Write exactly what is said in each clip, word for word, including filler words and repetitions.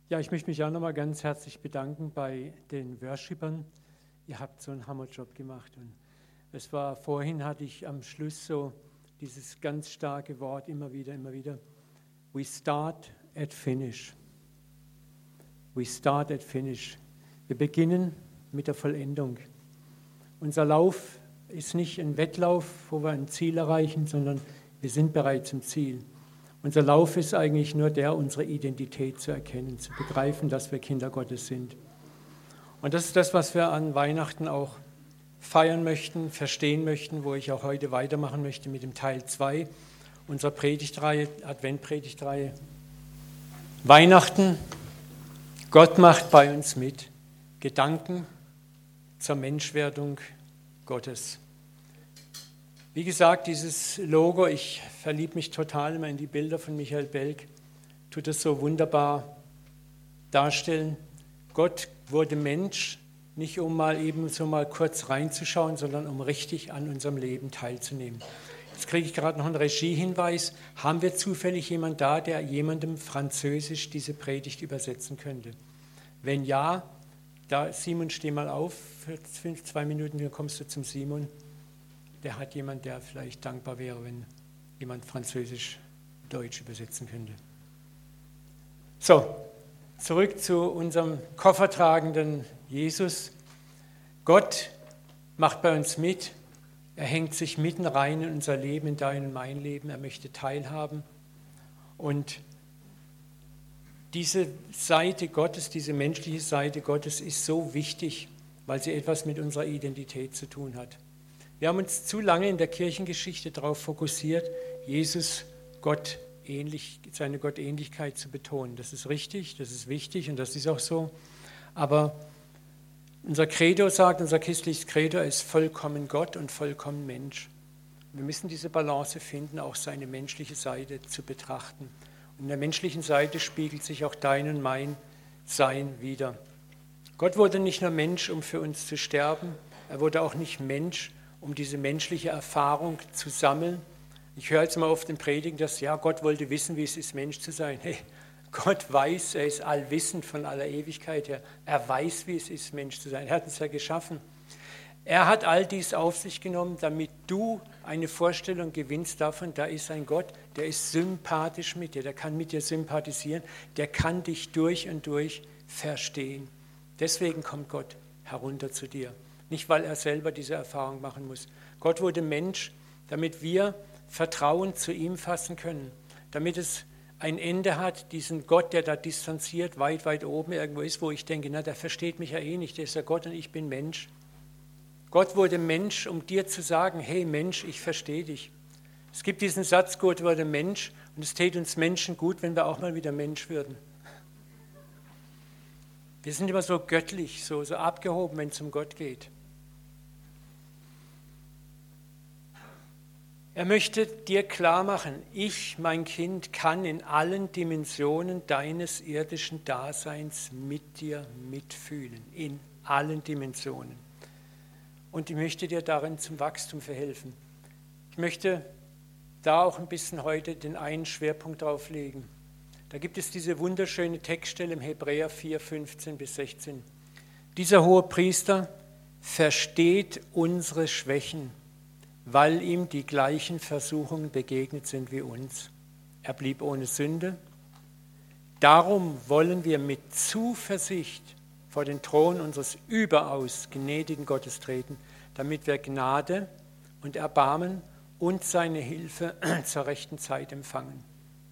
Ja, ich möchte mich auch nochmal ganz herzlich bedanken bei den Worshipern. Ihr habt so einen Hammerjob gemacht. Und es war, vorhin hatte ich am Schluss so dieses ganz starke Wort immer wieder, immer wieder. We start at finish. We start at finish. Wir beginnen mit der Vollendung. Unser Lauf ist nicht ein Wettlauf, wo wir ein Ziel erreichen, sondern wir sind bereits im Ziel. Unser Lauf ist eigentlich nur der, unsere Identität zu erkennen, zu begreifen, dass wir Kinder Gottes sind. Und das ist das, was wir an Weihnachten auch feiern möchten, verstehen möchten, wo ich auch heute weitermachen möchte mit dem Teil zwei unserer Predigtreihe, Adventpredigtreihe. Weihnachten, Gott macht bei uns mit. Gedanken zur Menschwerdung Gottes. Wie gesagt, dieses Logo, ich verliebe mich total immer in die Bilder von Michael Belk, tut es so wunderbar darstellen. Gott wurde Mensch, nicht um mal eben so mal kurz reinzuschauen, sondern um richtig an unserem Leben teilzunehmen. Jetzt kriege ich gerade noch einen Regiehinweis. Haben wir zufällig jemanden da, der jemandem Französisch diese Predigt übersetzen könnte? Wenn ja, da Simon, steh mal auf für fünf, zwei Minuten, dann kommst du zum Simon. Der hat jemand, der vielleicht dankbar wäre, wenn jemand Französisch-Deutsch übersetzen könnte. So, zurück zu unserem koffertragenden Jesus. Gott macht bei uns mit. Er hängt sich mitten rein in unser Leben, in dein und mein Leben. Er möchte teilhaben. Und diese Seite Gottes, diese menschliche Seite Gottes ist so wichtig, weil sie etwas mit unserer Identität zu tun hat. Wir haben uns zu lange in der Kirchengeschichte darauf fokussiert, Jesus Gott ähnlich, seine Gottähnlichkeit zu betonen. Das ist richtig, das ist wichtig und das ist auch so. Aber unser Credo sagt, unser christliches Credo, er ist vollkommen Gott und vollkommen Mensch. Wir müssen diese Balance finden, auch seine menschliche Seite zu betrachten. Und in der menschlichen Seite spiegelt sich auch dein und mein Sein wider. Gott wurde nicht nur Mensch, um für uns zu sterben, er wurde auch nicht Mensch, um diese menschliche Erfahrung zu sammeln. Ich höre jetzt mal oft in Predigen, dass ja, Gott wollte wissen, wie es ist, Mensch zu sein. Hey, Gott weiß, er ist allwissend von aller Ewigkeit her. Er weiß, wie es ist, Mensch zu sein. Er hat uns ja geschaffen. Er hat all dies auf sich genommen, damit du eine Vorstellung gewinnst davon, da ist ein Gott, der ist sympathisch mit dir, der kann mit dir sympathisieren, der kann dich durch und durch verstehen. Deswegen kommt Gott herunter zu dir. Nicht, weil er selber diese Erfahrung machen muss. Gott wurde Mensch, damit wir Vertrauen zu ihm fassen können, damit es ein Ende hat, diesen Gott, der da distanziert, weit, weit oben irgendwo ist, wo ich denke, na, der versteht mich ja eh nicht, der ist ja Gott und ich bin Mensch. Gott wurde Mensch, um dir zu sagen, hey Mensch, ich verstehe dich. Es gibt diesen Satz, Gott wurde Mensch und es täte uns Menschen gut, wenn wir auch mal wieder Mensch würden. Wir sind immer so göttlich, so, so abgehoben, wenn es um Gott geht. Er möchte dir klar machen, ich, mein Kind, kann in allen Dimensionen deines irdischen Daseins mit dir mitfühlen, in allen Dimensionen. Und ich möchte dir darin zum Wachstum verhelfen. Ich möchte da auch ein bisschen heute den einen Schwerpunkt drauf legen. Da gibt es diese wunderschöne Textstelle im Hebräer vier, fünfzehn bis sechzehn. Dieser hohe Priester versteht unsere Schwächen, weil ihm die gleichen Versuchungen begegnet sind wie uns. Er blieb ohne Sünde. Darum wollen wir mit Zuversicht vor den Thron unseres überaus gnädigen Gottes treten, damit wir Gnade und Erbarmen und seine Hilfe zur rechten Zeit empfangen.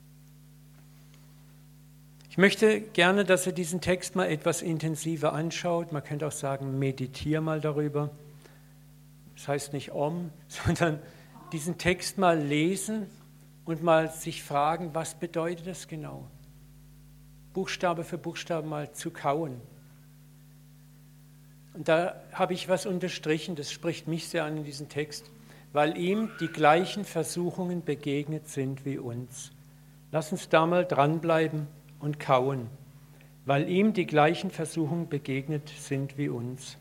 Ich möchte gerne, dass ihr diesen Text mal etwas intensiver anschaut. Man könnte auch sagen, meditier mal darüber. Das heißt nicht om, sondern diesen Text mal lesen und mal sich fragen, was bedeutet das genau? Buchstabe für Buchstabe mal zu kauen. Und da habe ich was unterstrichen, das spricht mich sehr an in diesem Text, weil ihm die gleichen Versuchungen begegnet sind wie uns. Lass uns da mal dranbleiben und kauen, weil ihm die gleichen Versuchungen begegnet sind wie uns.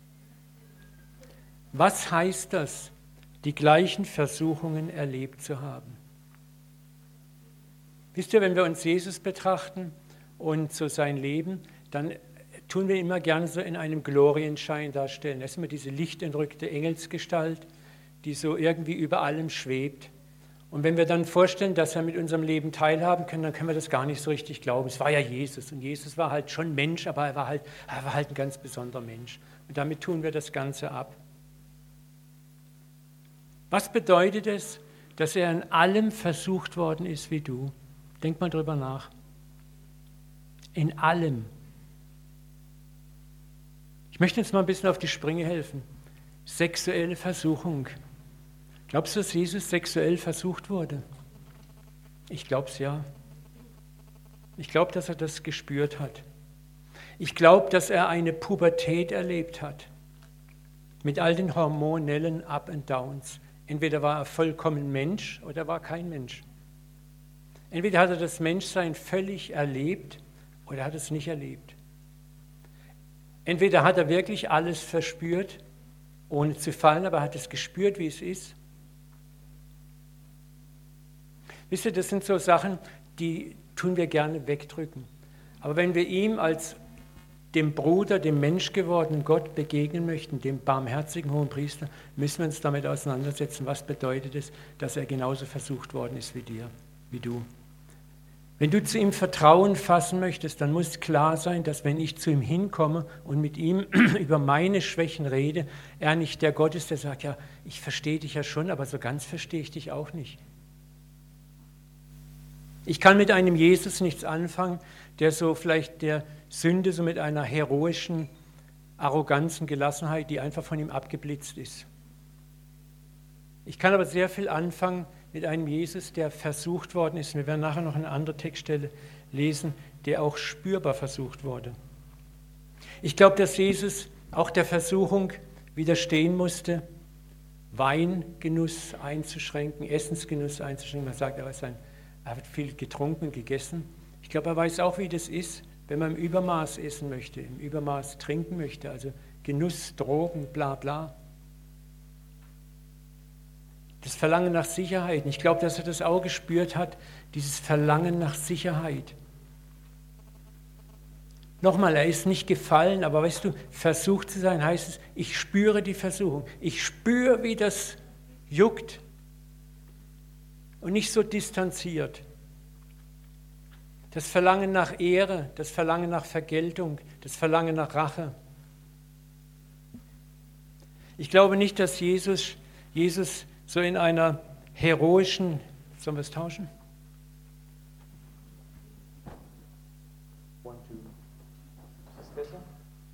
Was heißt das, die gleichen Versuchungen erlebt zu haben? Wisst ihr, wenn wir uns Jesus betrachten und so sein Leben, dann tun wir immer gerne so in einem Glorienschein darstellen. Das ist immer diese lichtentrückte Engelsgestalt, die so irgendwie über allem schwebt. Und wenn wir dann vorstellen, dass wir mit unserem Leben teilhaben können, dann können wir das gar nicht so richtig glauben. Es war ja Jesus und Jesus war halt schon Mensch, aber er war halt, er war halt ein ganz besonderer Mensch. Und damit tun wir das Ganze ab. Was bedeutet es, dass er in allem versucht worden ist wie du? Denk mal drüber nach. In allem. Ich möchte jetzt mal ein bisschen auf die Sprünge helfen. Sexuelle Versuchung. Glaubst du, dass Jesus sexuell versucht wurde? Ich glaube es ja. Ich glaube, dass er das gespürt hat. Ich glaube, dass er eine Pubertät erlebt hat. Mit all den hormonellen Up and Downs. Entweder war er vollkommen Mensch oder war kein Mensch. Entweder hat er das Menschsein völlig erlebt oder hat es nicht erlebt. Entweder hat er wirklich alles verspürt, ohne zu fallen, aber hat es gespürt, wie es ist. Wisst ihr, das sind so Sachen, die tun wir gerne wegdrücken. Aber wenn wir ihm als dem Bruder, dem menschgewordenen Gott begegnen möchten, dem barmherzigen Hohenpriester, müssen wir uns damit auseinandersetzen, was bedeutet es, dass er genauso versucht worden ist wie dir, wie du. Wenn du zu ihm Vertrauen fassen möchtest, dann muss klar sein, dass wenn ich zu ihm hinkomme und mit ihm über meine Schwächen rede, er nicht der Gott ist, der sagt, ja, ich verstehe dich ja schon, aber so ganz verstehe ich dich auch nicht. Ich kann mit einem Jesus nichts anfangen, der so vielleicht der Sünde so mit einer heroischen Arroganz und Gelassenheit, die einfach von ihm abgeblitzt ist. Ich kann aber sehr viel anfangen mit einem Jesus, der versucht worden ist. Wir werden nachher noch eine andere Textstelle lesen, der auch spürbar versucht wurde. Ich glaube, dass Jesus auch der Versuchung widerstehen musste, Weingenuss einzuschränken, Essensgenuss einzuschränken. Man sagt, er, ist ein, er hat viel getrunken und gegessen. Ich glaube, er weiß auch, wie das ist, wenn man im Übermaß essen möchte, im Übermaß trinken möchte, also Genuss, Drogen, bla bla. Das Verlangen nach Sicherheit. Ich glaube, dass er das auch gespürt hat, dieses Verlangen nach Sicherheit. Nochmal, er ist nicht gefallen, aber weißt du, versucht zu sein, heißt es, ich spüre die Versuchung. Ich spüre, wie das juckt und nicht so distanziert. Das Verlangen nach Ehre, das Verlangen nach Vergeltung, das Verlangen nach Rache. Ich glaube nicht, dass Jesus, Jesus so in einer heroischen, sollen wir es tauschen? One, two. Ist das besser?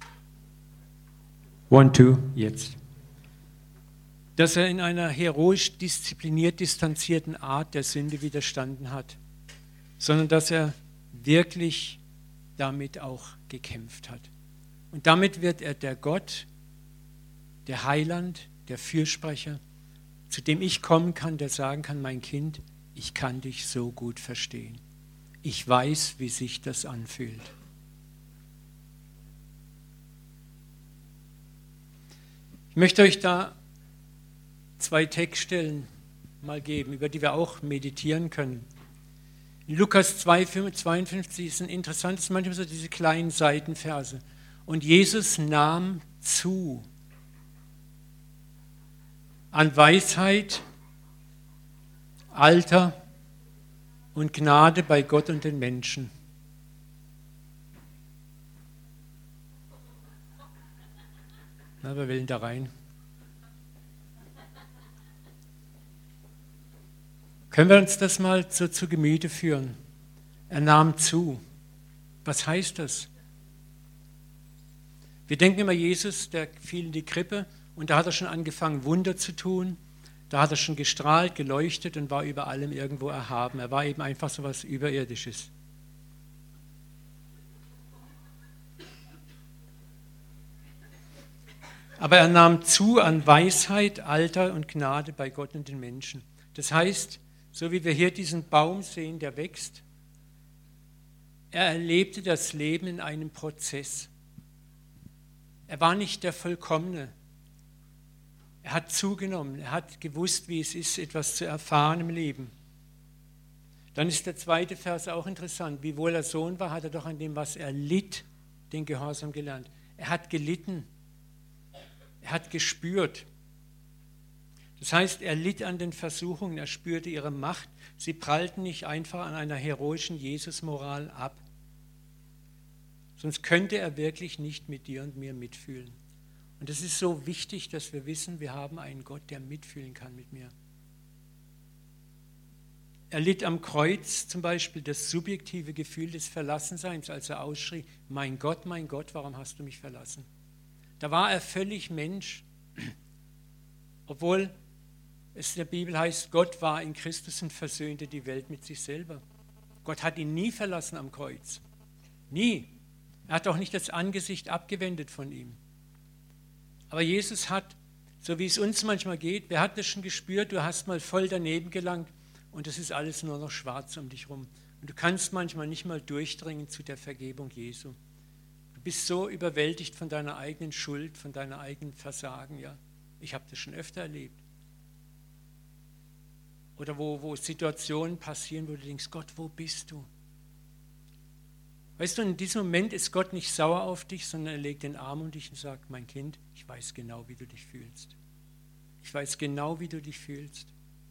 One, two, jetzt. Dass er in einer heroisch diszipliniert distanzierten Art der Sünde widerstanden hat, sondern dass er wirklich damit auch gekämpft hat. Und damit wird er der Gott, der Heiland, der Fürsprecher, zu dem ich kommen kann, der sagen kann, mein Kind, ich kann dich so gut verstehen. Ich weiß, wie sich das anfühlt. Ich möchte euch da zwei Textstellen mal geben, über die wir auch meditieren können. In Lukas zwei, zweiundfünfzig ist ein interessantes, manchmal so diese kleinen Seitenverse. Und Jesus nahm zu an Weisheit, Alter und Gnade bei Gott und den Menschen. Na, wir wollen da rein. Können wir uns das mal so zu Gemüte führen? Er nahm zu. Was heißt das? Wir denken immer, Jesus, der fiel in die Krippe und da hat er schon angefangen, Wunder zu tun. Da hat er schon gestrahlt, geleuchtet und war über allem irgendwo erhaben. Er war eben einfach so etwas Überirdisches. Aber er nahm zu an Weisheit, Alter und Gnade bei Gott und den Menschen. Das heißt, so wie wir hier diesen Baum sehen, der wächst, er erlebte das Leben in einem Prozess. Er war nicht der Vollkommene. Er hat zugenommen, er hat gewusst, wie es ist, etwas zu erfahren im Leben. Dann ist der zweite Vers auch interessant. Wiewohl er Sohn war, hat er doch an dem, was er litt, den Gehorsam gelernt. Er hat gelitten. Er hat gespürt. Das heißt, er litt an den Versuchungen, er spürte ihre Macht. Sie prallten nicht einfach an einer heroischen Jesus-Moral ab. Sonst könnte er wirklich nicht mit dir und mir mitfühlen. Und es ist so wichtig, dass wir wissen, wir haben einen Gott, der mitfühlen kann mit mir. Er litt am Kreuz zum Beispiel das subjektive Gefühl des Verlassenseins, als er ausschrie, mein Gott, mein Gott, warum hast du mich verlassen? Da war er völlig Mensch, obwohl es in der Bibel heißt, Gott war in Christus und versöhnte die Welt mit sich selber. Gott hat ihn nie verlassen am Kreuz. Nie. Er hat auch nicht das Angesicht abgewendet von ihm. Aber Jesus hat, so wie es uns manchmal geht, wer hat das schon gespürt, du hast mal voll daneben gelangt und es ist alles nur noch schwarz um dich rum. Und du kannst manchmal nicht mal durchdringen zu der Vergebung Jesu. Du bist so überwältigt von deiner eigenen Schuld, von deiner eigenen Versagen. Ja, ich habe das schon öfter erlebt. Oder wo, wo Situationen passieren, wo du denkst, Gott, wo bist du? Weißt du, in diesem Moment ist Gott nicht sauer auf dich, sondern er legt den Arm um dich und sagt, mein Kind, ich weiß genau, wie du dich fühlst. Ich weiß genau, wie du dich fühlst.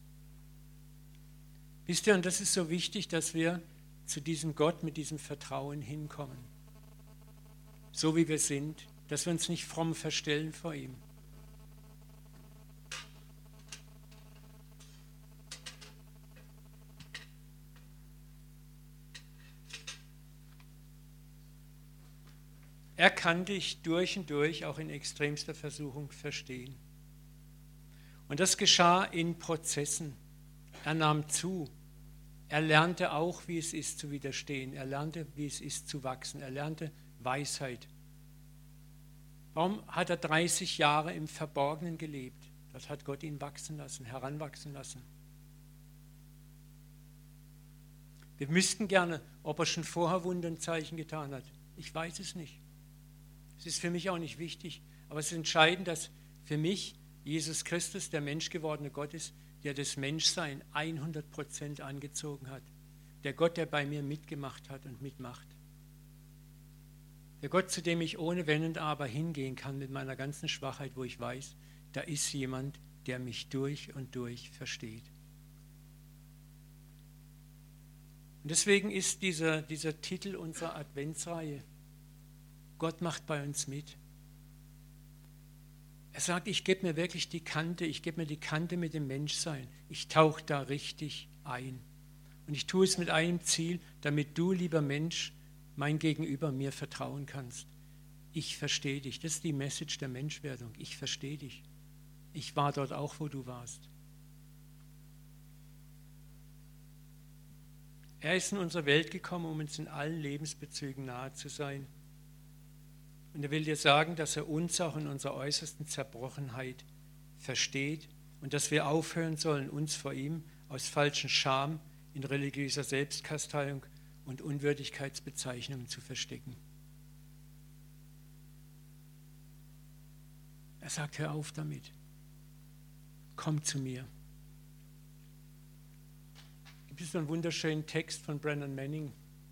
Wisst ihr, und das ist so wichtig, dass wir zu diesem Gott mit diesem Vertrauen hinkommen. So wie wir sind, dass wir uns nicht fromm verstellen vor ihm. Er kann dich durch und durch auch in extremster Versuchung verstehen. Und das geschah in Prozessen. Er nahm zu. Er lernte auch, wie es ist zu widerstehen. Er lernte, wie es ist zu wachsen. Er lernte Weisheit. Warum hat er dreißig Jahre im Verborgenen gelebt? Das hat Gott ihn wachsen lassen, heranwachsen lassen. Wir wüssten gerne, ob er schon vorher Wunder und Zeichen getan hat. Ich weiß es nicht. Es ist für mich auch nicht wichtig, aber es ist entscheidend, dass für mich Jesus Christus der menschgewordene Gott ist, der das Menschsein hundert Prozent angezogen hat. Der Gott, der bei mir mitgemacht hat und mitmacht. Der Gott, zu dem ich ohne Wenn und Aber hingehen kann mit meiner ganzen Schwachheit, wo ich weiß, da ist jemand, der mich durch und durch versteht. Und deswegen ist dieser, dieser Titel unserer Adventsreihe, Gott macht bei uns mit. Er sagt, ich gebe mir wirklich die Kante, ich gebe mir die Kante mit dem Menschsein. Ich tauche da richtig ein. Und ich tue es mit einem Ziel, damit du, lieber Mensch, mein Gegenüber mir vertrauen kannst. Ich verstehe dich. Das ist die Message der Menschwerdung. Ich verstehe dich. Ich war dort auch, wo du warst. Er ist in unsere Welt gekommen, um uns in allen Lebensbezügen nahe zu sein. Und er will dir sagen, dass er uns auch in unserer äußersten Zerbrochenheit versteht und dass wir aufhören sollen, uns vor ihm aus falschen Scham in religiöser Selbstkasteiung und Unwürdigkeitsbezeichnungen zu verstecken. Er sagt, hör auf damit. Komm zu mir. Gibt es so einen wunderschönen Text von Brennan Manning?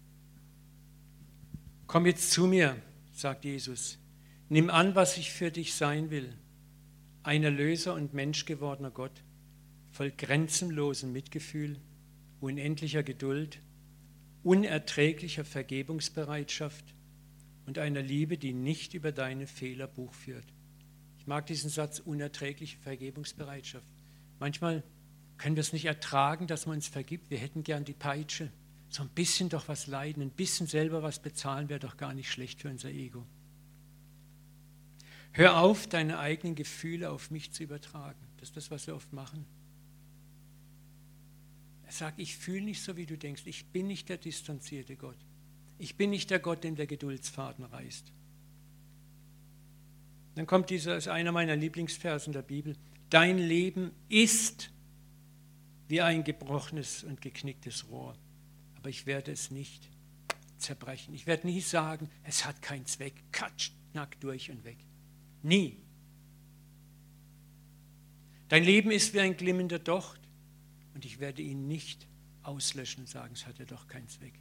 Komm jetzt zu mir, sagt Jesus. Nimm an, was ich für dich sein will. Ein Erlöser und menschgewordener Gott, voll grenzenlosem Mitgefühl, unendlicher Geduld, unerträglicher Vergebungsbereitschaft und einer Liebe, die nicht über deine Fehler Buch führt. Ich mag diesen Satz, unerträgliche Vergebungsbereitschaft. Manchmal können wir es nicht ertragen, dass man uns vergibt. Wir hätten gern die Peitsche. So ein bisschen doch was leiden, ein bisschen selber was bezahlen, wäre doch gar nicht schlecht für unser Ego. Hör auf, deine eigenen Gefühle auf mich zu übertragen. Das ist das, was wir oft machen. Er sagt, ich fühle nicht so, wie du denkst. Ich bin nicht der distanzierte Gott. Ich bin nicht der Gott, dem der Geduldsfaden reißt. Dann kommt dieser, ist einer meiner Lieblingsverse in der Bibel. Dein Leben ist wie ein gebrochenes und geknicktes Rohr. Aber ich werde es nicht zerbrechen. Ich werde nie sagen, es hat keinen Zweck. Katsch, knack, durch und weg. Nie. Dein Leben ist wie ein glimmender Docht und ich werde ihn nicht auslöschen und sagen, es hat ja doch keinen Zweck.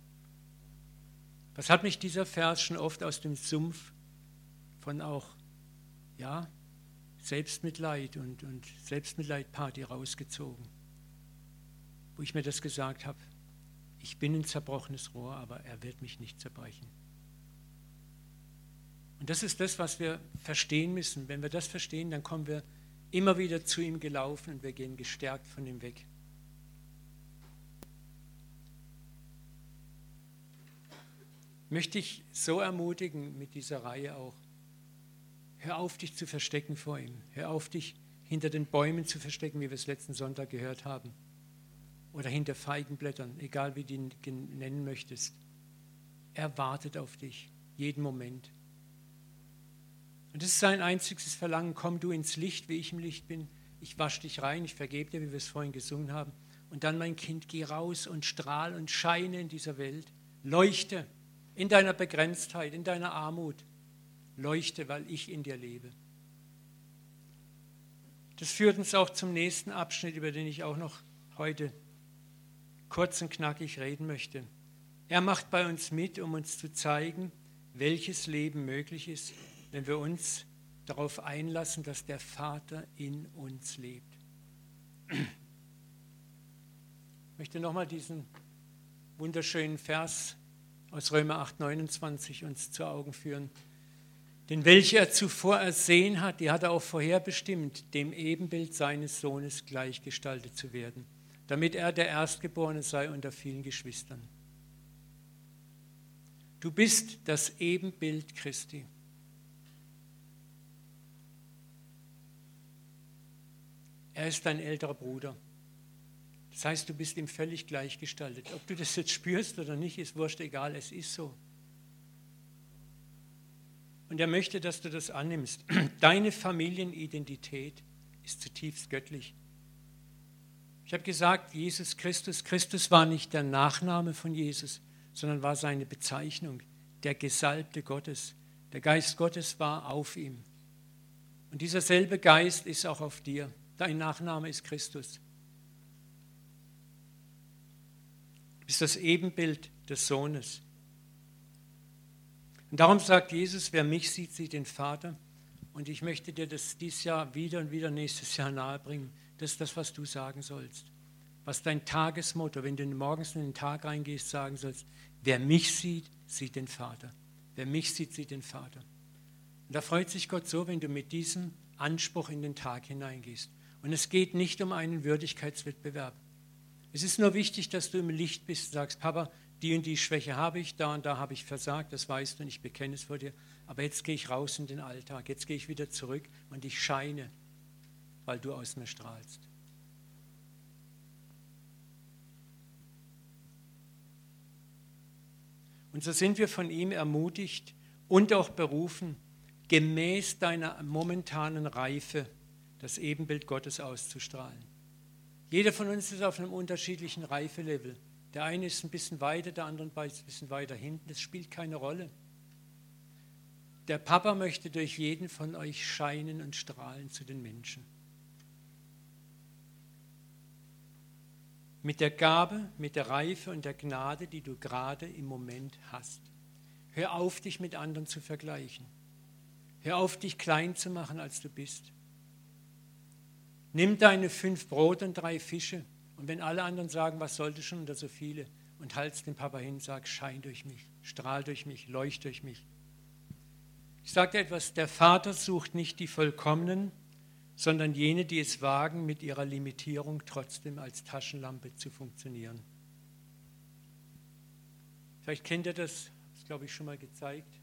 Was hat mich dieser Vers schon oft aus dem Sumpf von auch, ja, Selbstmitleid und, und Selbstmitleid-Party rausgezogen, wo ich mir das gesagt habe, ich bin ein zerbrochenes Rohr, aber er wird mich nicht zerbrechen. Und das ist das, was wir verstehen müssen. Wenn wir das verstehen, dann kommen wir immer wieder zu ihm gelaufen und wir gehen gestärkt von ihm weg. Möchte ich so ermutigen mit dieser Reihe auch. Hör auf, dich zu verstecken vor ihm. Hör auf, dich hinter den Bäumen zu verstecken, wie wir es letzten Sonntag gehört haben. Oder hinter Feigenblättern, egal wie du ihn nennen möchtest. Er wartet auf dich, jeden Moment. Und das ist sein einziges Verlangen. Komm du ins Licht, wie ich im Licht bin. Ich wasche dich rein, ich vergebe dir, wie wir es vorhin gesungen haben. Und dann, mein Kind, geh raus und strahl und scheine in dieser Welt. Leuchte in deiner Begrenztheit, in deiner Armut. Leuchte, weil ich in dir lebe. Das führt uns auch zum nächsten Abschnitt, über den ich auch noch heute kurz und knackig reden möchte. Er macht bei uns mit, um uns zu zeigen, welches Leben möglich ist, wenn wir uns darauf einlassen, dass der Vater in uns lebt. Ich möchte nochmal diesen wunderschönen Vers aus Römer acht, neunundzwanzig uns zu Augen führen. Denn welche er zuvor ersehen hat, die hat er auch vorherbestimmt, dem Ebenbild seines Sohnes gleichgestaltet zu werden, damit er der Erstgeborene sei unter vielen Geschwistern. Du bist das Ebenbild Christi. Er ist dein älterer Bruder. Das heißt, du bist ihm völlig gleichgestaltet. Ob du das jetzt spürst oder nicht, ist wurscht, egal, es ist so. Und er möchte, dass du das annimmst. Deine Familienidentität ist zutiefst göttlich. Ich habe gesagt, Jesus Christus, Christus war nicht der Nachname von Jesus, sondern war seine Bezeichnung, der Gesalbte Gottes. Der Geist Gottes war auf ihm. Und dieser selbe Geist ist auch auf dir. Dein Nachname ist Christus. Du bist das Ebenbild des Sohnes. Und darum sagt Jesus, wer mich sieht, sieht den Vater. Und ich möchte dir das dieses Jahr wieder und wieder nächstes Jahr nahebringen. Das ist das, was du sagen sollst. Was dein Tagesmotto, wenn du morgens in den Tag reingehst, sagen sollst. Wer mich sieht, sieht den Vater. Wer mich sieht, sieht den Vater. Und da freut sich Gott so, wenn du mit diesem Anspruch in den Tag hineingehst. Und es geht nicht um einen Würdigkeitswettbewerb. Es ist nur wichtig, dass du im Licht bist und sagst, Papa, die und die Schwäche habe ich, da und da habe ich versagt, das weißt du und ich bekenne es vor dir. Aber jetzt gehe ich raus in den Alltag, jetzt gehe ich wieder zurück und ich scheine, weil du aus mir strahlst. Und so sind wir von ihm ermutigt und auch berufen, gemäß deiner momentanen Reife das Ebenbild Gottes auszustrahlen. Jeder von uns ist auf einem unterschiedlichen Reifelevel. Der eine ist ein bisschen weiter, der andere ist ein bisschen weiter hinten. Das spielt keine Rolle. Der Papa möchte durch jeden von euch scheinen und strahlen zu den Menschen. Mit der Gabe, mit der Reife und der Gnade, die du gerade im Moment hast. Hör auf, dich mit anderen zu vergleichen. Hör auf, dich klein zu machen, als du bist. Nimm deine fünf Brote und drei Fische und wenn alle anderen sagen, was sollte schon oder so viele, und halt's dem Papa hin, sag, schein durch mich, strahl durch mich, leucht durch mich. Ich sage dir etwas, der Vater sucht nicht die Vollkommenen, sondern jene, die es wagen, mit ihrer Limitierung trotzdem als Taschenlampe zu funktionieren. Vielleicht kennt ihr das, das glaube ich schon mal gezeigt.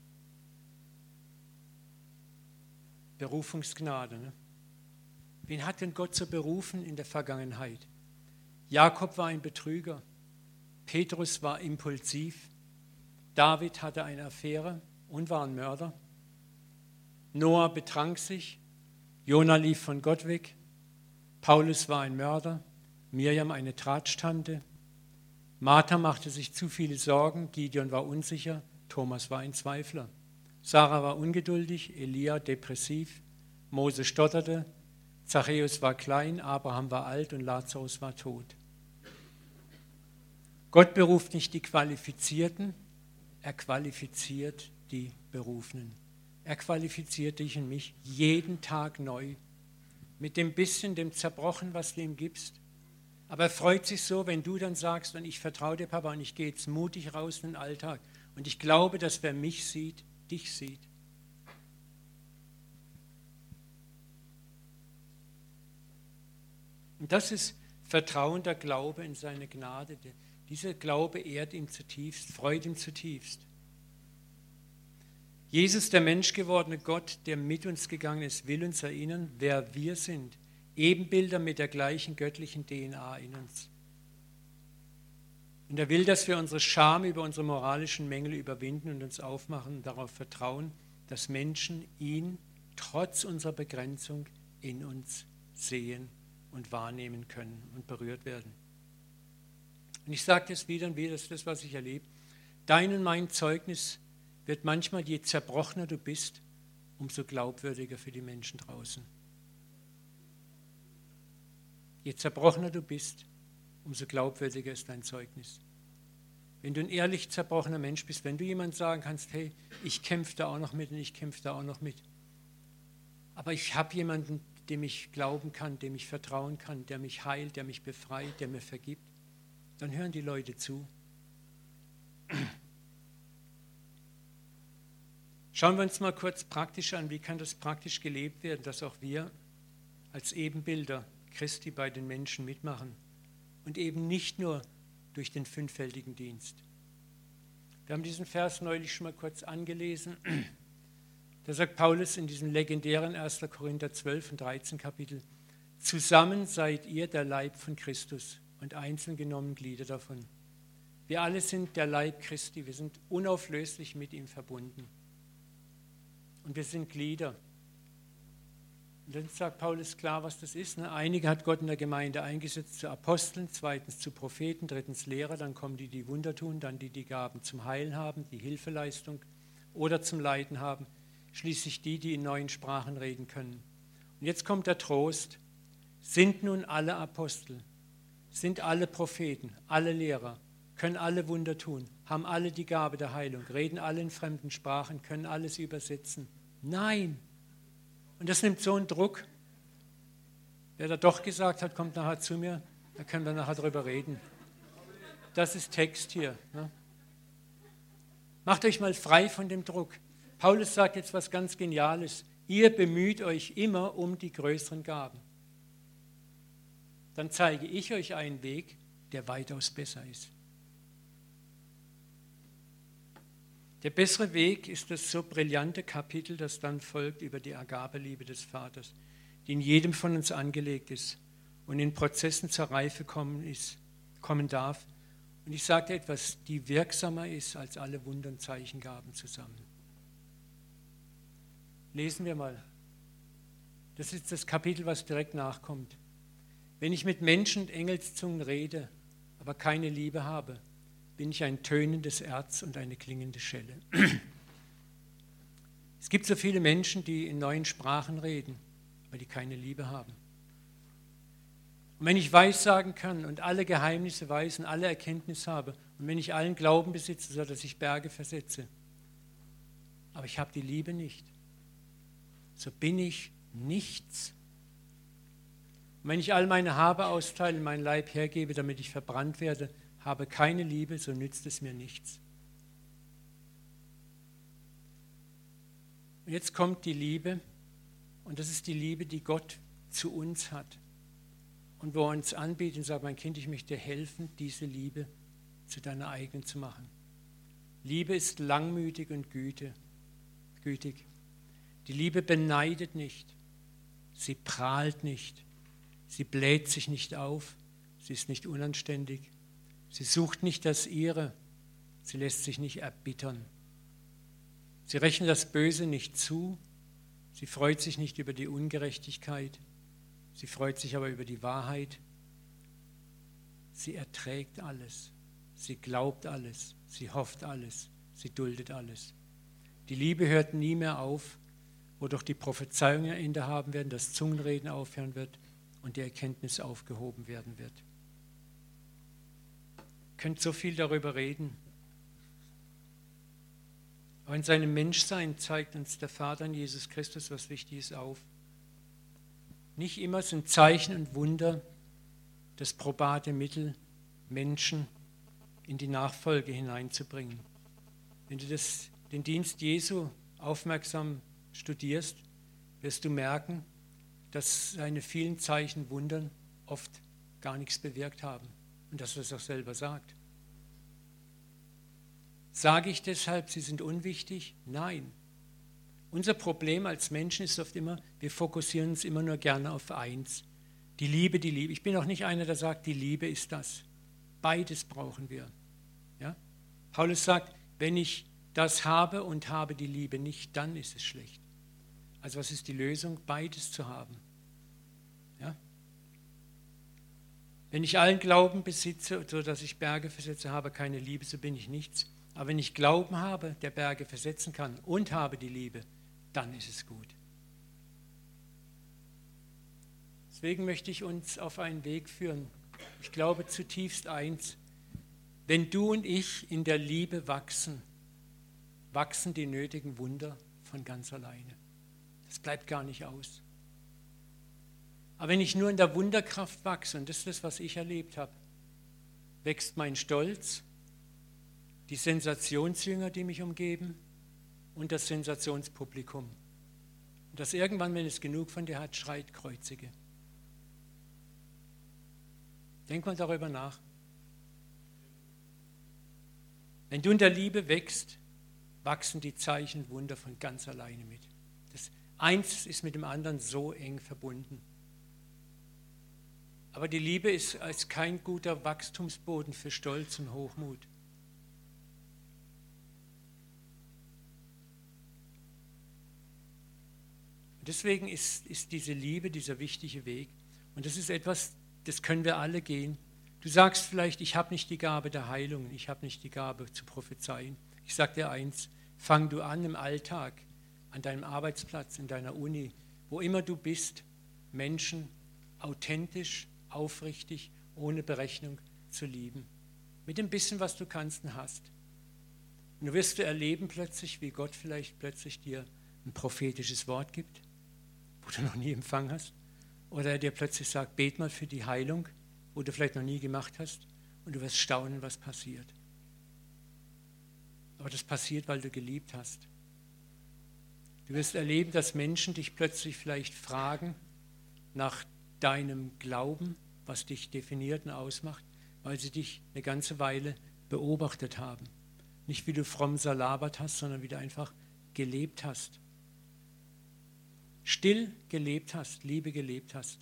Berufungsgnade. Ne? Wen hat denn Gott so berufen in der Vergangenheit? Jakob war ein Betrüger, Petrus war impulsiv, David hatte eine Affäre und war ein Mörder, Noah betrank sich, Jona lief von Gott weg, Paulus war ein Mörder, Miriam eine Tratsch-Tante, Martha machte sich zu viele Sorgen, Gideon war unsicher, Thomas war ein Zweifler, Sarah war ungeduldig, Elia depressiv, Mose stotterte, Zachäus war klein, Abraham war alt und Lazarus war tot. Gott beruft nicht die Qualifizierten, er qualifiziert die Berufenen. Er qualifiziert dich und mich jeden Tag neu. Mit dem bisschen, dem Zerbrochen, was du ihm gibst. Aber er freut sich so, wenn du dann sagst, und ich vertraue dir, Papa, und ich gehe jetzt mutig raus in den Alltag. Und ich glaube, dass wer mich sieht, dich sieht. Und das ist vertrauender Glaube in seine Gnade. Dieser Glaube ehrt ihn zutiefst, freut ihn zutiefst. Jesus, der menschgewordene Gott, der mit uns gegangen ist, will uns erinnern, wer wir sind. Ebenbilder mit der gleichen göttlichen D N A in uns. Und er will, dass wir unsere Scham über unsere moralischen Mängel überwinden und uns aufmachen und darauf vertrauen, dass Menschen ihn trotz unserer Begrenzung in uns sehen und wahrnehmen können und berührt werden. Und ich sage das wieder und wieder, das ist das, was ich erlebe. Dein und mein Zeugnis wird manchmal, je zerbrochener du bist, umso glaubwürdiger für die Menschen draußen. Je zerbrochener du bist, umso glaubwürdiger ist dein Zeugnis. Wenn du ein ehrlich zerbrochener Mensch bist, wenn du jemand sagen kannst, hey, ich kämpfe da auch noch mit und ich kämpfe da auch noch mit, aber ich habe jemanden, dem ich glauben kann, dem ich vertrauen kann, der mich heilt, der mich befreit, der mir vergibt, dann hören die Leute zu. Schauen wir uns mal kurz praktisch an, wie kann das praktisch gelebt werden, dass auch wir als Ebenbilder Christi bei den Menschen mitmachen und eben nicht nur durch den fünffältigen Dienst. Wir haben diesen Vers neulich schon mal kurz angelesen. Da sagt Paulus in diesem legendären erster Korinther zwölf und dreizehn Kapitel, zusammen seid ihr der Leib von Christus und einzeln genommen Glieder davon. Wir alle sind der Leib Christi, wir sind unauflöslich mit ihm verbunden. Und wir sind Glieder. Und dann sagt Paulus klar, was das ist. Ne? Einige hat Gott in der Gemeinde eingesetzt zu Aposteln, zweitens zu Propheten, drittens Lehrer, dann kommen die, die Wunder tun, dann die, die Gaben zum Heilen haben, die Hilfeleistung oder zum Leiden haben, schließlich die, die in neuen Sprachen reden können. Und jetzt kommt der Trost. Sind nun alle Apostel, sind alle Propheten, alle Lehrer, können alle Wunder tun, haben alle die Gabe der Heilung, reden alle in fremden Sprachen, können alles übersetzen? Nein. Und das nimmt so einen Druck. Wer da doch gesagt hat, kommt nachher zu mir, da können wir nachher drüber reden. Das ist Text hier. Ne? Macht euch mal frei von dem Druck. Paulus sagt jetzt was ganz Geniales. Ihr bemüht euch immer um die größeren Gaben. Dann zeige ich euch einen Weg, der weitaus besser ist. Der bessere Weg ist das so brillante Kapitel, das dann folgt über die Agabeliebe des Vaters, die in jedem von uns angelegt ist und in Prozessen zur Reife kommen, ist, kommen darf. Und ich sage dir etwas, die wirksamer ist als alle Wunder- und Zeichengaben zusammen. Lesen wir mal. Das ist das Kapitel, was direkt nachkommt. Wenn ich mit Menschen und Engelszungen rede, aber keine Liebe habe, bin ich ein tönendes Erz und eine klingende Schelle. Es gibt so viele Menschen, die in neuen Sprachen reden, aber die keine Liebe haben. Und wenn ich Weissagen kann und alle Geheimnisse weiß und alle Erkenntnis habe und wenn ich allen Glauben besitze, so dass ich Berge versetze, aber ich habe die Liebe nicht, so bin ich nichts. Und wenn ich all meine Habe austeile, meinen Leib hergebe, damit ich verbrannt werde, habe keine Liebe, so nützt es mir nichts. Und jetzt kommt die Liebe, und das ist die Liebe, die Gott zu uns hat. Und wo er uns anbietet und sagt, mein Kind, ich möchte dir helfen, diese Liebe zu deiner eigenen zu machen. Liebe ist langmütig und güte, gütig. Die Liebe beneidet nicht, sie prahlt nicht, sie bläht sich nicht auf, sie ist nicht unanständig. Sie sucht nicht das Ihre, sie lässt sich nicht erbittern. Sie rechnet das Böse nicht zu, sie freut sich nicht über die Ungerechtigkeit, sie freut sich aber über die Wahrheit. Sie erträgt alles, sie glaubt alles, sie hofft alles, sie duldet alles. Die Liebe hört nie mehr auf, wodurch die Prophezeiung ein Ende haben werden, das Zungenreden aufhören wird und die Erkenntnis aufgehoben werden wird. könnt so viel darüber reden. Aber in seinem Menschsein zeigt uns der Vater in Jesus Christus was Wichtiges auf. Nicht immer sind Zeichen und Wunder das probate Mittel, Menschen in die Nachfolge hineinzubringen. Wenn du das, den Dienst Jesu aufmerksam studierst, wirst du merken, dass seine vielen Zeichen, Wundern oft gar nichts bewirkt haben und dass er es auch selber sagt. Sage ich deshalb, sie sind unwichtig? Nein. Unser Problem als Menschen ist oft immer, wir fokussieren uns immer nur gerne auf eins. Die Liebe, die Liebe. Ich bin auch nicht einer, der sagt, die Liebe ist das. Beides brauchen wir. Ja? Paulus sagt, wenn ich das habe und habe die Liebe nicht, dann ist es schlecht. Also was ist die Lösung? Beides zu haben. Ja? Wenn ich allen Glauben besitze, sodass ich Berge versetze, habe keine Liebe, so bin ich nichts. Aber wenn ich Glauben habe, der Berge versetzen kann und habe die Liebe, dann ist es gut. Deswegen möchte ich uns auf einen Weg führen. Ich glaube zutiefst eins, wenn du und ich in der Liebe wachsen, wachsen die nötigen Wunder von ganz alleine. Das bleibt gar nicht aus. Aber wenn ich nur in der Wunderkraft wachse, und das ist das, was ich erlebt habe, wächst mein Stolz, die Sensationsjünger, die mich umgeben, und das Sensationspublikum. Und das irgendwann, wenn es genug von dir hat, schreit, kreuzige. Denk mal darüber nach. Wenn du in der Liebe wächst, wachsen die Zeichen, Wunder von ganz alleine mit. Das eins ist mit dem anderen so eng verbunden. Aber die Liebe ist als kein guter Wachstumsboden für Stolz und Hochmut. Und deswegen ist, ist diese Liebe dieser wichtige Weg. Und das ist etwas, das können wir alle gehen. Du sagst vielleicht, ich habe nicht die Gabe der Heilung, ich habe nicht die Gabe zu prophezeien. Ich sage dir eins, fang du an im Alltag, an deinem Arbeitsplatz, in deiner Uni, wo immer du bist, Menschen authentisch, aufrichtig, ohne Berechnung zu lieben. Mit dem bisschen, was du kannst und hast. Und du wirst du erleben plötzlich, wie Gott vielleicht plötzlich dir ein prophetisches Wort gibt, wo du noch nie empfangen hast. Oder er dir plötzlich sagt, bet mal für die Heilung, wo du vielleicht noch nie gemacht hast. Und du wirst staunen, was passiert. Aber das passiert, weil du geliebt hast. Du wirst erleben, dass Menschen dich plötzlich vielleicht fragen nach deinem Glauben, was dich definiert und ausmacht, weil sie dich eine ganze Weile beobachtet haben. Nicht wie du fromm salabert hast, sondern wie du einfach gelebt hast. Still gelebt hast, Liebe gelebt hast.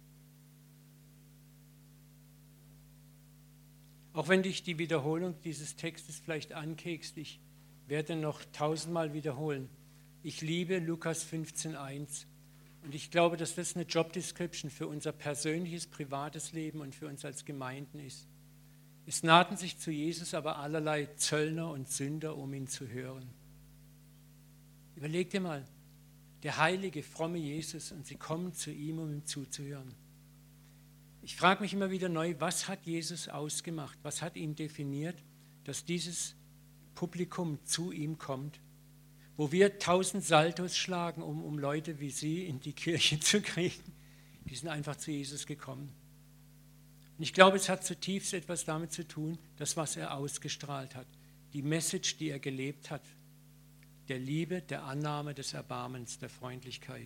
Auch wenn dich die Wiederholung dieses Textes vielleicht ankekst, ich werde noch tausendmal wiederholen. Ich liebe Lukas fünfzehn eins. Und ich glaube, dass das eine Job Description für unser persönliches, privates Leben und für uns als Gemeinden ist. Es nahten sich zu Jesus aber allerlei Zöllner und Sünder, um ihn zu hören. Überleg dir mal, der heilige, fromme Jesus, und sie kommen zu ihm, um ihm zuzuhören. Ich frage mich immer wieder neu, was hat Jesus ausgemacht? Was hat ihn definiert, dass dieses Publikum zu ihm kommt? Wo wir tausend Saltos schlagen, um, um Leute wie sie in die Kirche zu kriegen, die sind einfach zu Jesus gekommen. Und ich glaube, es hat zutiefst etwas damit zu tun, das, was er ausgestrahlt hat. Die Message, die er gelebt hat. Der Liebe, der Annahme, des Erbarmens, der Freundlichkeit.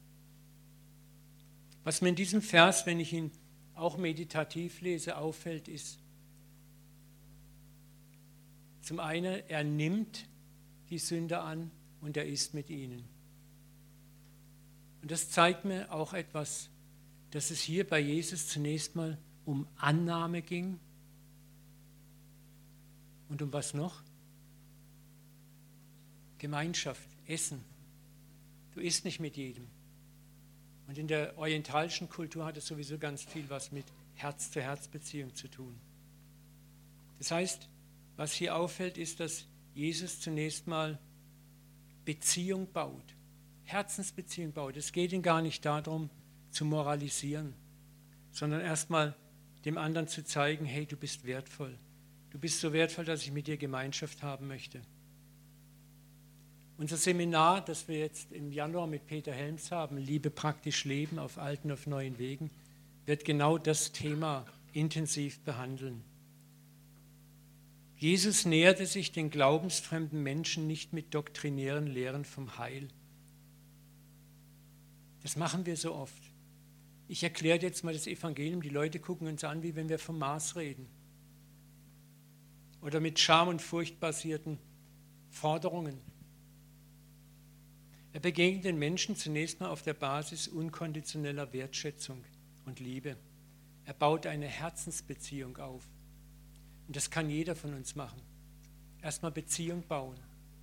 Was mir in diesem Vers, wenn ich ihn auch meditativ lese, auffällt, ist zum einen, er nimmt die Sünder an und er ist mit ihnen. Und das zeigt mir auch etwas, dass es hier bei Jesus zunächst mal um Annahme ging. Und um was noch? Gemeinschaft, Essen. Du isst nicht mit jedem. Und in der orientalischen Kultur hat es sowieso ganz viel was mit Herz-zu-Herz-Beziehung zu tun. Das heißt, was hier auffällt, ist, dass Jesus zunächst mal Beziehung baut, Herzensbeziehung baut. Es geht ihm gar nicht darum, zu moralisieren, sondern erstmal dem anderen zu zeigen, hey, du bist wertvoll. Du bist so wertvoll, dass ich mit dir Gemeinschaft haben möchte. Unser Seminar, das wir jetzt im Januar mit Peter Helms haben, Liebe praktisch leben auf alten, auf neuen Wegen, wird genau das Thema intensiv behandeln. Jesus näherte sich den glaubensfremden Menschen nicht mit doktrinären Lehren vom Heil. Das machen wir so oft. Ich erkläre jetzt mal das Evangelium, die Leute gucken uns an, wie wenn wir vom Mars reden. Oder mit Scham und Furcht basierten Forderungen. Er begegnet den Menschen zunächst mal auf der Basis unkonditioneller Wertschätzung und Liebe. Er baut eine Herzensbeziehung auf. Und das kann jeder von uns machen. Erstmal Beziehung bauen.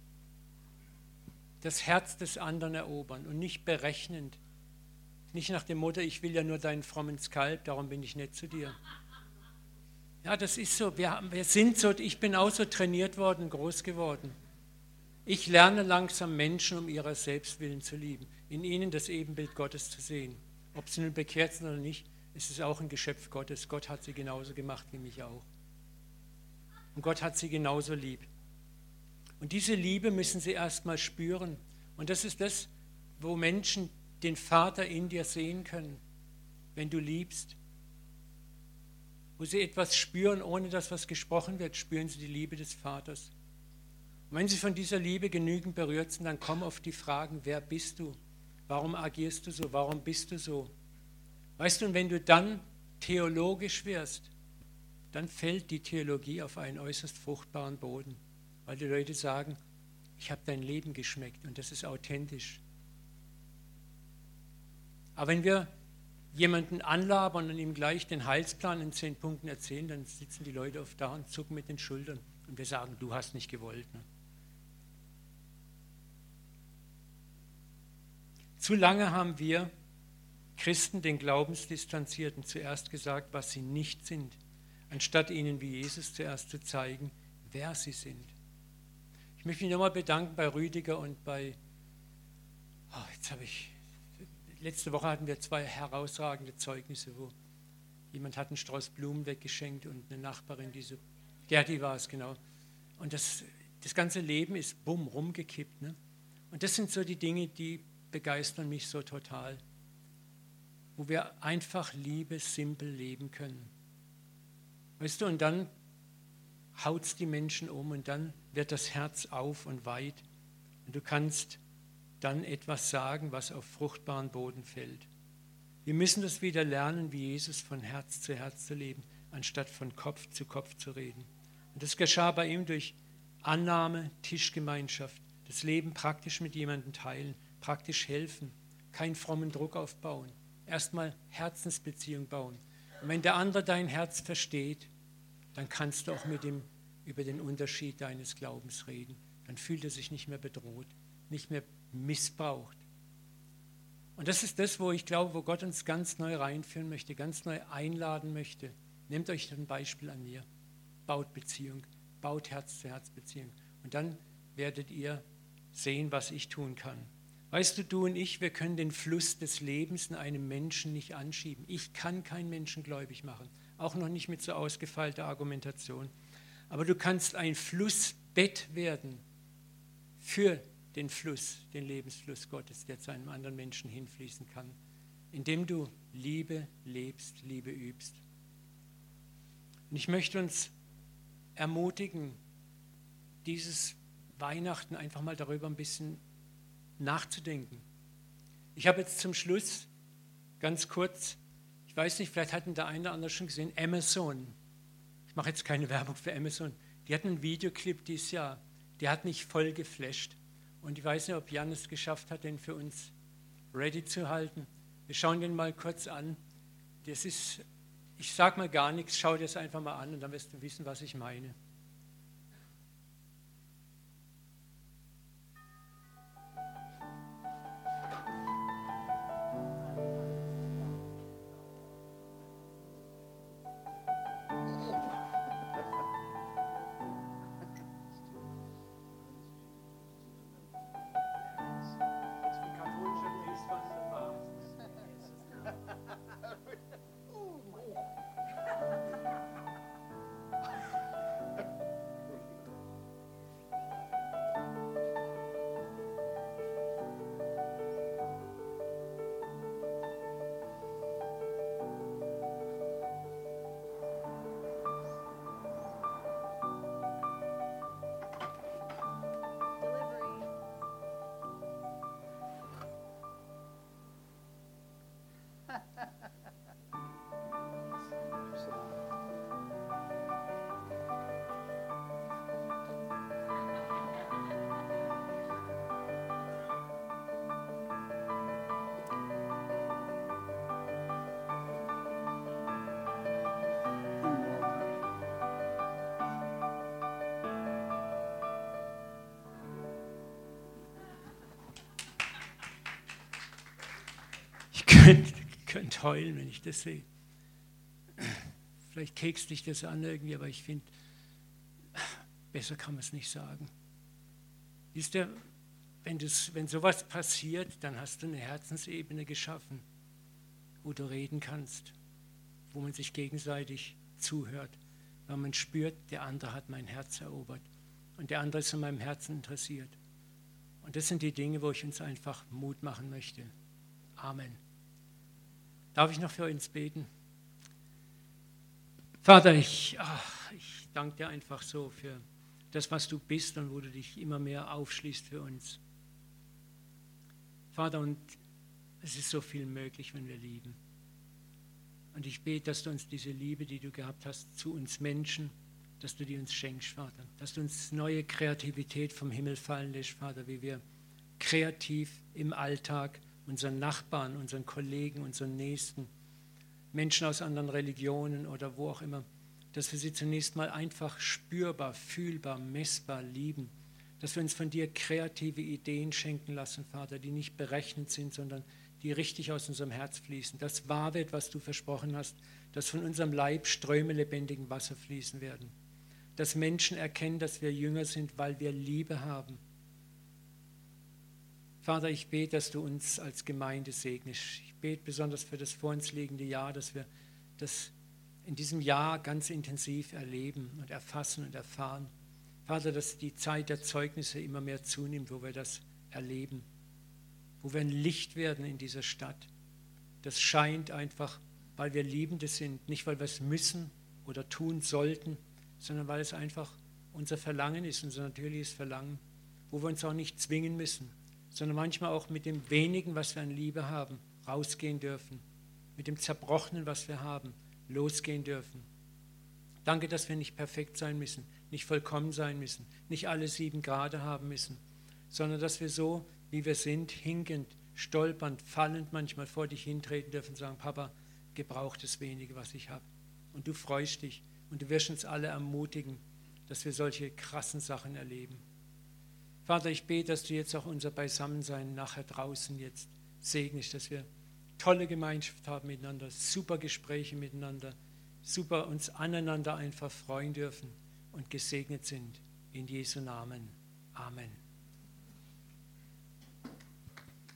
Das Herz des anderen erobern und nicht berechnend. Nicht nach dem Motto, ich will ja nur deinen frommen Skalp, darum bin ich nett zu dir. Ja, das ist so. Wir, wir sind so, ich bin auch so trainiert worden, groß geworden. Ich lerne langsam Menschen um ihrer selbst willen zu lieben, in ihnen das Ebenbild Gottes zu sehen. Ob sie nun bekehrt sind oder nicht, ist es auch ein Geschöpf Gottes. Gott hat sie genauso gemacht wie mich auch. Und Gott hat sie genauso lieb. Und diese Liebe müssen sie erstmal spüren. Und das ist das, wo Menschen den Vater in dir sehen können, wenn du liebst. Wo sie etwas spüren, ohne dass was gesprochen wird, spüren sie die Liebe des Vaters. Und wenn sie von dieser Liebe genügend berührt sind, dann kommen oft die Fragen, wer bist du? Warum agierst du so? Warum bist du so? Weißt du, und wenn du dann theologisch wirst, dann fällt die Theologie auf einen äußerst fruchtbaren Boden, weil die Leute sagen, ich habe dein Leben geschmeckt und das ist authentisch. Aber wenn wir jemanden anlabern und ihm gleich den Heilsplan in zehn Punkten erzählen, dann sitzen die Leute oft da und zucken mit den Schultern und wir sagen, du hast nicht gewollt. Ne? Zu lange haben wir Christen, den Glaubensdistanzierten, zuerst gesagt, was sie nicht sind, anstatt ihnen wie Jesus zuerst zu zeigen, wer sie sind. Ich möchte mich nochmal bedanken bei Rüdiger und bei, oh, jetzt habe ich, letzte Woche hatten wir zwei herausragende Zeugnisse, wo jemand hat einen Strauß Blumen weggeschenkt und eine Nachbarin, diese, Gerti war es, genau. Und das, das ganze Leben ist bumm, rumgekippt. Ne? Und das sind so die Dinge, die begeistern mich so total. Wo wir einfach Liebe simpel leben können. Weißt du, und dann haut es die Menschen um und dann wird das Herz auf und weit. Und du kannst dann etwas sagen, was auf fruchtbaren Boden fällt. Wir müssen das wieder lernen, wie Jesus von Herz zu Herz zu leben, anstatt von Kopf zu Kopf zu reden. Und das geschah bei ihm durch Annahme, Tischgemeinschaft, das Leben praktisch mit jemandem teilen, praktisch helfen, keinen frommen Druck aufbauen, erstmal Herzensbeziehung bauen. Und wenn der andere dein Herz versteht, dann kannst du auch mit ihm über den Unterschied deines Glaubens reden. Dann fühlt er sich nicht mehr bedroht, nicht mehr missbraucht. Und das ist das, wo ich glaube, wo Gott uns ganz neu reinführen möchte, ganz neu einladen möchte. Nehmt euch ein Beispiel an mir. Baut Beziehung, baut Herz-zu-Herz-Beziehung. Und dann werdet ihr sehen, was ich tun kann. Weißt du, du und ich, wir können den Fluss des Lebens in einem Menschen nicht anschieben. Ich kann keinen Menschen gläubig machen, auch noch nicht mit so ausgefeilter Argumentation. Aber du kannst ein Flussbett werden für den Fluss, den Lebensfluss Gottes, der zu einem anderen Menschen hinfließen kann, indem du Liebe lebst, Liebe übst. Und ich möchte uns ermutigen, dieses Weihnachten einfach mal darüber ein bisschen nachzudenken. Ich habe jetzt zum Schluss ganz kurz, ich weiß nicht, vielleicht hatten der eine oder andere schon gesehen, Amazon. Ich mache jetzt keine Werbung für Amazon. Die hatten einen Videoclip dieses Jahr, der hat mich voll geflasht. Und ich weiß nicht, ob Jan es geschafft hat, den für uns ready zu halten. Wir schauen den mal kurz an. Das ist, ich sage mal gar nichts, schau dir das einfach mal an und dann wirst du wissen, was ich meine. könnte könnt heulen, wenn ich das sehe. Vielleicht kekst dich das an irgendwie, aber ich finde, besser kann man es nicht sagen. Wisst ihr, wenn, das, wenn sowas passiert, dann hast du eine Herzensebene geschaffen, wo du reden kannst, wo man sich gegenseitig zuhört, weil man spürt, der andere hat mein Herz erobert und der andere ist an meinem Herzen interessiert. Und das sind die Dinge, wo ich uns einfach Mut machen möchte. Amen. Darf ich noch für uns beten? Vater, ich, ach, ich danke dir einfach so für das, was du bist und wo du dich immer mehr aufschließt für uns. Vater, und es ist so viel möglich, wenn wir lieben. Und ich bete, dass du uns diese Liebe, die du gehabt hast, zu uns Menschen, dass du die uns schenkst, Vater. Dass du uns neue Kreativität vom Himmel fallen lässt, Vater, wie wir kreativ im Alltag unseren Nachbarn, unseren Kollegen, unseren Nächsten, Menschen aus anderen Religionen oder wo auch immer, dass wir sie zunächst mal einfach spürbar, fühlbar, messbar lieben. Dass wir uns von dir kreative Ideen schenken lassen, Vater, die nicht berechnet sind, sondern die richtig aus unserem Herz fließen. Das wahr wird, was du versprochen hast, dass von unserem Leib Ströme lebendigen Wasser fließen werden. Dass Menschen erkennen, dass wir Jünger sind, weil wir Liebe haben. Vater, ich bete, dass du uns als Gemeinde segnest. Ich bete besonders für das vor uns liegende Jahr, dass wir das in diesem Jahr ganz intensiv erleben und erfassen und erfahren. Vater, dass die Zeit der Zeugnisse immer mehr zunimmt, wo wir das erleben, wo wir ein Licht werden in dieser Stadt. Das scheint einfach, weil wir Liebende sind, nicht weil wir es müssen oder tun sollten, sondern weil es einfach unser Verlangen ist, unser natürliches Verlangen, wo wir uns auch nicht zwingen müssen, sondern manchmal auch mit dem Wenigen, was wir an Liebe haben, rausgehen dürfen, mit dem Zerbrochenen, was wir haben, losgehen dürfen. Danke, dass wir nicht perfekt sein müssen, nicht vollkommen sein müssen, nicht alle sieben Grade haben müssen, sondern dass wir so, wie wir sind, hinkend, stolpernd, fallend manchmal vor dich hintreten dürfen und sagen, Papa, gebrauch das Wenige, was ich habe. Und du freust dich und du wirst uns alle ermutigen, dass wir solche krassen Sachen erleben. Vater, ich bete, dass du jetzt auch unser Beisammensein nachher draußen jetzt segnest, dass wir tolle Gemeinschaft haben miteinander, super Gespräche miteinander, super uns aneinander einfach freuen dürfen und gesegnet sind. In Jesu Namen. Amen.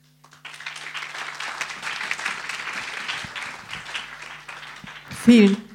Vielen